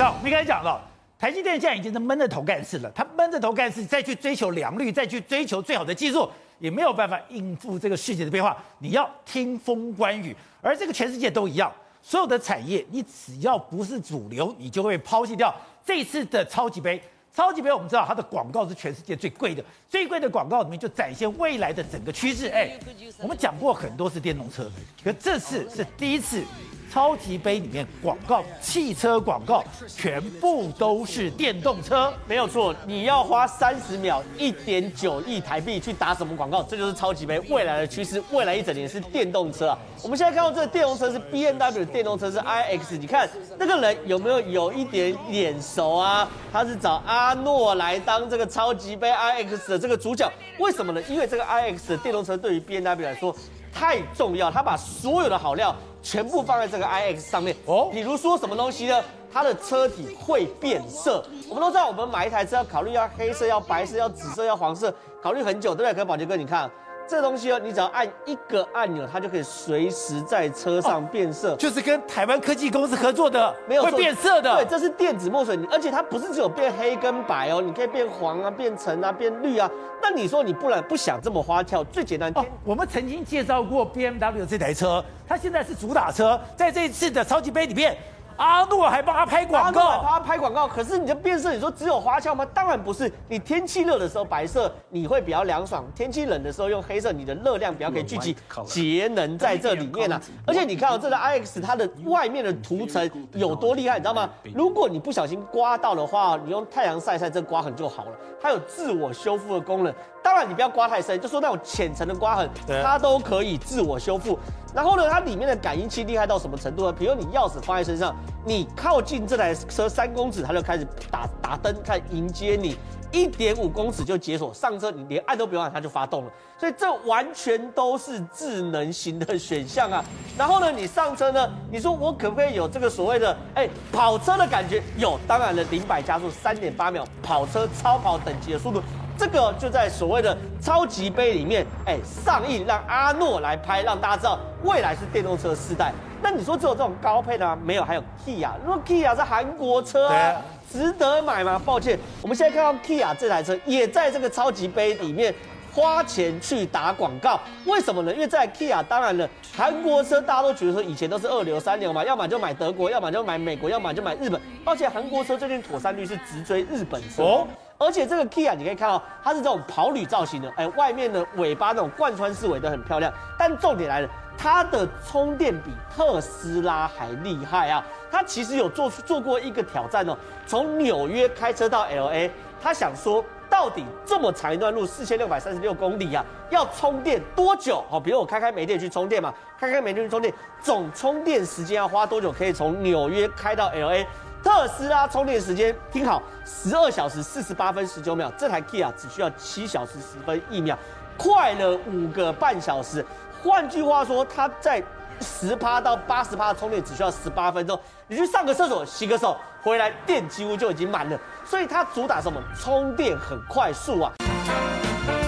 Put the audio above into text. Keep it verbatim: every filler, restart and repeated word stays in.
道，我们刚才讲了，台积电现在已经是闷着头干事了，他闷着头干事，再去追求良率，再去追求最好的技术，也没有办法应付这个世界的变化。你要听风观雨，而这个全世界都一样，所有的产业，你只要不是主流，你就会抛弃掉。这一次的超级杯。超级杯我们知道它的广告是全世界最贵的，最贵的广告里面就展现未来的整个趋势。哎，我们讲过很多次电动车，可这次是第一次，超级杯里面广告汽车广告全部都是电动车， 没有错。你要花三十秒一点九亿台币去打什么广告？这就是超级杯未来的趋势，未来一整年是电动车啊。我们现在看到这个电动车是 B M W 电动车是 I X， 你看那个人有没有有一点脸熟啊？他是找阿诺来当这个超级杯 I X 的这个主角，为什么呢？因为这个 I X 的电动车对于 B M W 来说太重要，他把所有的好料全部放在这个 I X 上面。哦，比如说什么东西呢？它的车体会变色。我们都知道，我们买一台车要考虑要黑色、要白色、要紫色、要黄色，考虑很久，对不对？可是宝杰哥，你看。这个东西哦，你只要按一个按钮，它就可以随时在车上变色，哦、 就是跟台湾科技公司合作的， 没有会变色的。 对，这是电子墨水，而且它不是只有变黑跟白哦，你可以变黄啊、变橙啊、变绿啊。那你说你不然不想这么花俏，最简单。 哦，我们曾经介绍过 B M W 这台车，它现在是主打车，在这一次的超级杯里面。阿诺还帮他拍广告， 阿诺还帮他拍广告。可是你的变色，你说只有花俏吗？当然不是。你天气热的时候白色你会比较凉爽，天气冷的时候用黑色，你的热量比较可以聚集，节能在这里面啊。而且你看到、哦、这个 I X 它的外面的涂层有多厉害，你知道吗？如果你不小心刮到的话，你用太阳晒晒，这刮痕就好了。它有自我修复的功能。当然你不要刮太深，就说那种浅层的刮痕，它都可以自我修复。然后呢，它里面的感应器厉害到什么程度呢？比如你钥匙放在身上，你靠近这台车三公尺，它就开始打打灯，开始迎接你。一点五公尺就解锁，上车你连按都不用按，它就发动了。所以这完全都是智能型的选项啊。然后呢，你上车呢，你说我可不可以有这个所谓的哎跑车的感觉？有，当然了，零百加速三点八秒，跑车超跑等级的速度。这个就在所谓的超级杯里面，哎，上映让阿诺来拍，让大家知道未来是电动车世代。那你说只有这种高配的吗？没有，还有 Kia。如果 Kia 是韩国车啊，值得买吗？抱歉，我们现在看到 Kia 这台车也在这个超级杯里面花钱去打广告，为什么呢？因为在 Kia， 当然了，韩国车大家都觉得说以前都是二流三流嘛，要么就买德国，要么就买美国，要么就买日本。而且韩国车最近妥善率是直追日本车。哦，而且这个 Kia 你可以看到，它是这种跑旅造型的，哎，外面的尾巴那种贯穿式尾的很漂亮。但重点来了，它的充电比特斯拉还厉害啊！它其实有做做过一个挑战哦，从纽约开车到 L A， 他想说到底这么长一段路，四千六百三十六公里啊，要充电多久？好，比如我开开煤电去充电嘛，开开煤电去充电，总充电时间要花多久？可以从纽约开到 L A。特斯拉充电时间听好，十二小时四十八分十九秒，这台 Kia 只需要七小时十分一秒，快了五个半小时。换句话说，它在十趴到八十趴的充电只需要十八分钟，你去上个厕所、洗个手，回来电几乎就已经满了。所以它主打什么？充电很快速啊。